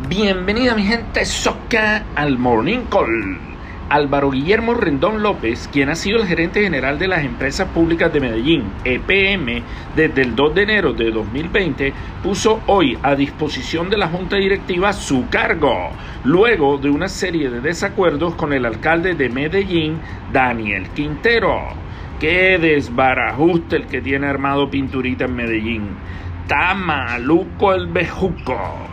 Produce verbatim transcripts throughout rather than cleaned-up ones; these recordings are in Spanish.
Bienvenida mi gente soca al Morning Call. Álvaro Guillermo Rendón López, quien ha sido el gerente general de las Empresas Públicas de Medellín, E P M, desde el dos de enero de dos mil veinte, puso hoy a disposición de la Junta Directiva su cargo, luego de una serie de desacuerdos con el alcalde de Medellín, Daniel Quintero. ¡Qué desbarajuste el que tiene armado Pinturita en Medellín! ¡Está maluco el bejuco!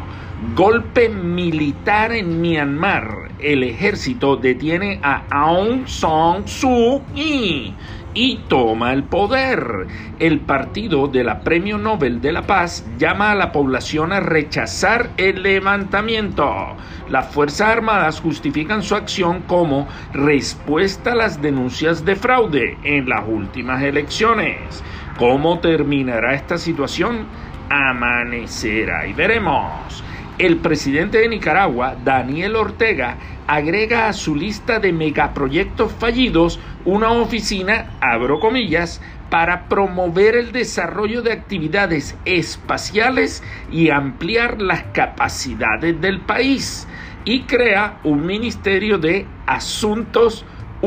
Golpe militar en Myanmar. El ejército detiene a Aung San Suu Kyi y toma el poder. El partido de la Premio Nobel de la Paz llama a la población a rechazar el levantamiento. Las Fuerzas Armadas justifican su acción como respuesta a las denuncias de fraude en las últimas elecciones. ¿Cómo terminará esta situación? Amanecerá y veremos. El presidente de Nicaragua, Daniel Ortega, agrega a su lista de megaproyectos fallidos una oficina, abro comillas, para promover el desarrollo de actividades espaciales y ampliar las capacidades del país, y crea un ministerio de asuntos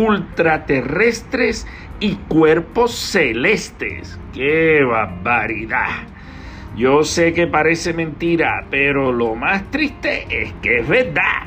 ultraterrestres y cuerpos celestes. ¡Qué barbaridad! Yo sé que parece mentira, pero lo más triste es que es verdad.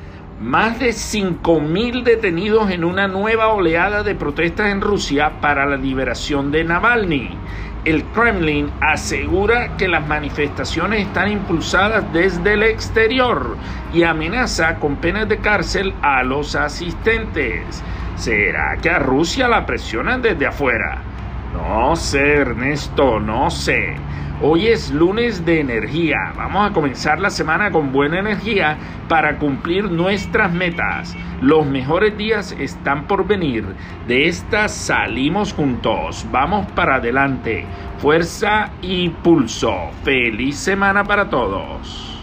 Más de cinco mil detenidos en una nueva oleada de protestas en Rusia para la liberación de Navalny. El Kremlin asegura que las manifestaciones están impulsadas desde el exterior y amenaza con penas de cárcel a los asistentes. ¿Será que a Rusia la presionan desde afuera? No sé, Ernesto, no sé. Hoy es lunes de energía. Vamos a comenzar la semana con buena energía para cumplir nuestras metas. Los mejores días están por venir. De estas salimos juntos. Vamos para adelante. Fuerza y pulso. Feliz semana para todos.